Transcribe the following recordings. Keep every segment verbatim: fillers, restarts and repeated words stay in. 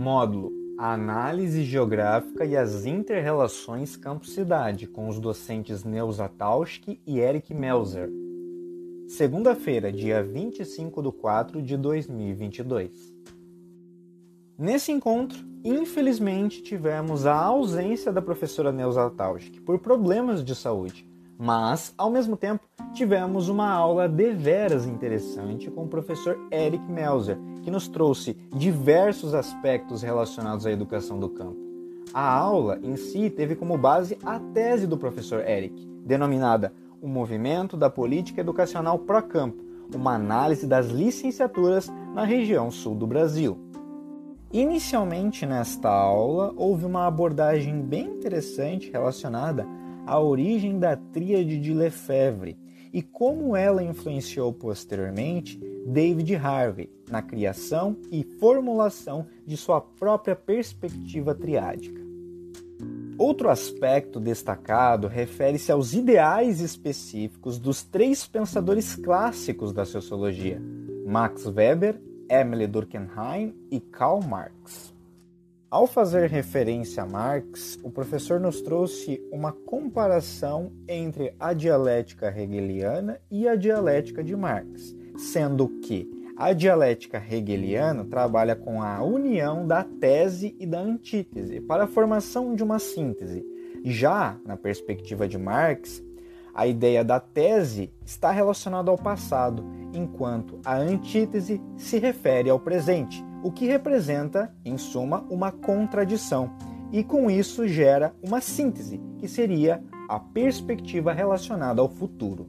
Módulo: a análise geográfica e as inter-relações campo-cidade, com os docentes Neuza Tauschke e Eric Melzer. Segunda-feira, dia vinte e cinco de quatro de dois mil e vinte e dois. Nesse encontro, infelizmente, tivemos a ausência da professora Neuza Tauschke por problemas de saúde, mas, ao mesmo tempo, tivemos uma aula deveras interessante com o professor Eric Melzer, que nos trouxe diversos aspectos relacionados à educação do campo. A aula em si teve como base a tese do professor Eric, denominada O Movimento da Política Educacional Pró-Campo, uma análise das licenciaturas na região sul do Brasil. Inicialmente nesta aula, houve uma abordagem bem interessante relacionada à origem da tríade de Lefebvre e como ela influenciou posteriormente David Harvey na criação e formulação de sua própria perspectiva triádica. Outro aspecto destacado refere-se aos ideais específicos dos três pensadores clássicos da sociologia, Max Weber, Emile Durkheim e Karl Marx. Ao fazer referência a Marx, o professor nos trouxe uma comparação entre a dialética hegeliana e a dialética de Marx, sendo que a dialética hegeliana trabalha com a união da tese e da antítese para a formação de uma síntese. Já na perspectiva de Marx, a ideia da tese está relacionada ao passado, enquanto a antítese se refere ao presente, o que representa, em suma, uma contradição, e com isso gera uma síntese, que seria a perspectiva relacionada ao futuro.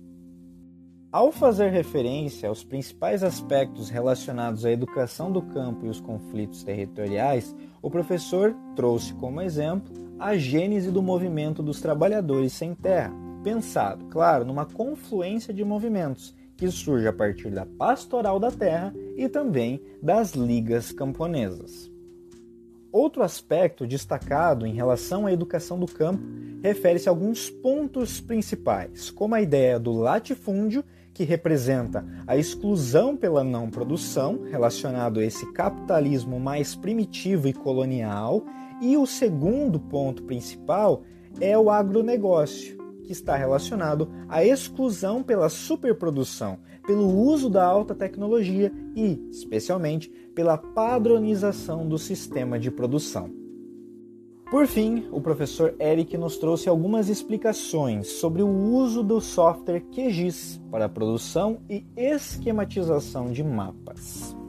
Ao fazer referência aos principais aspectos relacionados à educação do campo e os conflitos territoriais, o professor trouxe como exemplo a gênese do movimento dos trabalhadores sem terra, pensado, claro, numa confluência de movimentos que surge a partir da pastoral da terra e também das ligas camponesas. Outro aspecto destacado em relação à educação do campo refere-se a alguns pontos principais, como a ideia do latifúndio, que representa a exclusão pela não produção, relacionado a esse capitalismo mais primitivo e colonial, e o segundo ponto principal é o agronegócio, que está relacionado à exclusão pela superprodução, pelo uso da alta tecnologia e, especialmente, pela padronização do sistema de produção. Por fim, o professor Eric nos trouxe algumas explicações sobre o uso do software Q G I S para a produção e esquematização de mapas.